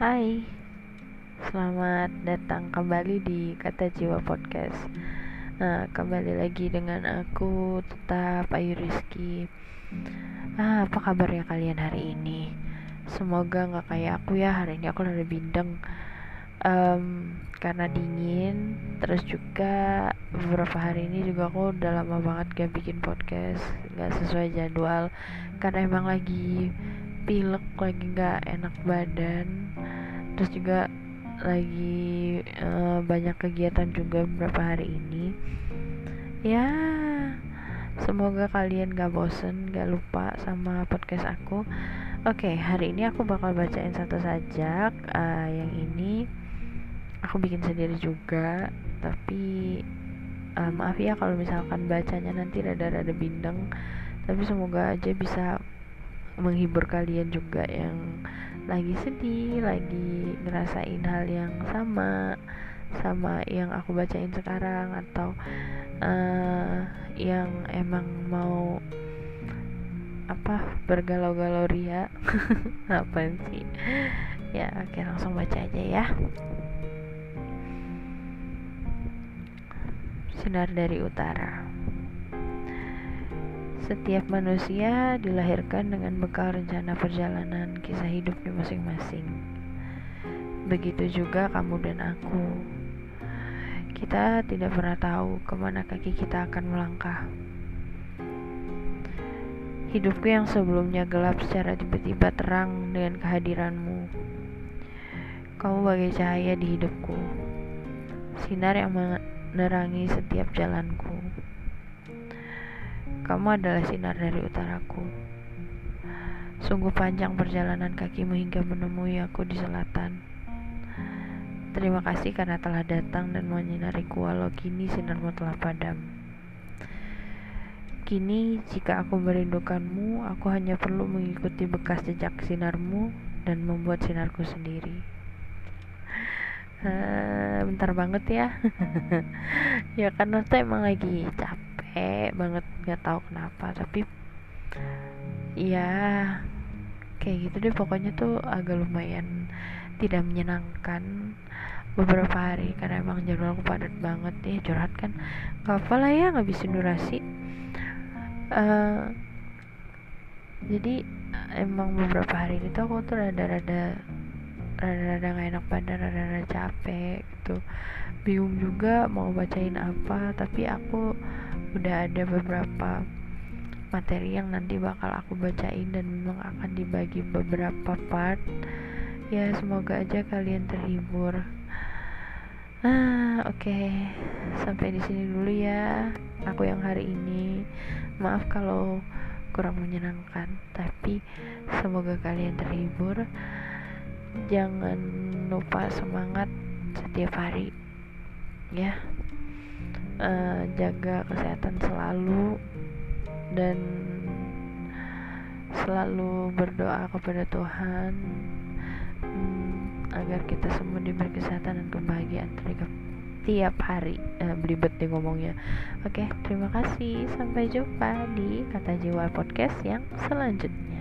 Hai, selamat datang kembali di Kata Jiwa Podcast. Kembali lagi dengan aku, tetap Ayu Rizky. Apa kabarnya kalian hari ini? Semoga gak kayak aku ya, hari ini aku rada bindeng karena dingin. Terus juga beberapa hari ini juga aku udah lama banget gak bikin podcast, gak sesuai jadwal, karena emang lagi pilek, lagi gak enak badan. Terus juga lagi banyak kegiatan juga beberapa hari ini. Ya, semoga kalian gak bosen, gak lupa sama podcast aku. Oke, hari ini aku bakal bacain satu sajak. Yang ini aku bikin sendiri juga, tapi maaf ya kalau misalkan bacanya nanti rada-rada bindeng, tapi semoga aja bisa menghibur kalian juga yang lagi sedih, lagi ngerasain hal yang sama yang aku bacain sekarang, atau yang emang mau bergalau-galau ria. Apaan sih ya. Oke, langsung baca aja ya. Sinar dari utara. Setiap manusia dilahirkan dengan bekal rencana perjalanan kisah hidupnya masing-masing. Begitu juga kamu dan aku. Kita tidak pernah tahu kemana kaki kita akan melangkah. Hidupku yang sebelumnya gelap secara tiba-tiba terang dengan kehadiranmu. Kamu bagai cahaya di hidupku, sinar yang menerangi setiap jalanku. Kamu adalah sinar dari utaraku. Sungguh panjang perjalanan kakimu hingga menemui aku di selatan. Terima kasih karena telah datang dan menyinariku walau kini sinarmu telah padam. Kini jika aku merindukanmu, aku hanya perlu mengikuti bekas jejak sinarmu dan membuat sinarku sendiri. Bentar banget ya. Ya karena tuh emang lagi capek banget, gak tahu kenapa, tapi ya kayak gitu deh. Pokoknya tuh agak lumayan tidak menyenangkan beberapa hari karena emang jadwalku padat banget ya. Curhat kan gak apa lah ya, ngabisin durasi. Jadi emang beberapa hari ini tuh aku tuh rada-rada gak enak badan, rada-rada capek gitu. Bingung juga mau bacain apa, tapi aku udah ada beberapa materi yang nanti bakal aku bacain dan memang akan dibagi beberapa part. Ya semoga aja kalian terhibur. Oke. Sampai di sini dulu ya aku yang hari ini. Maaf kalau kurang menyenangkan, tapi semoga kalian terhibur. Jangan lupa semangat setiap hari ya. Jaga kesehatan selalu dan selalu berdoa kepada Tuhan agar kita semua diberi kesehatan dan kebahagiaan tiap hari. Belibet nih ngomongnya. Oke, terima kasih. Sampai jumpa di Kata Jiwa Podcast yang selanjutnya.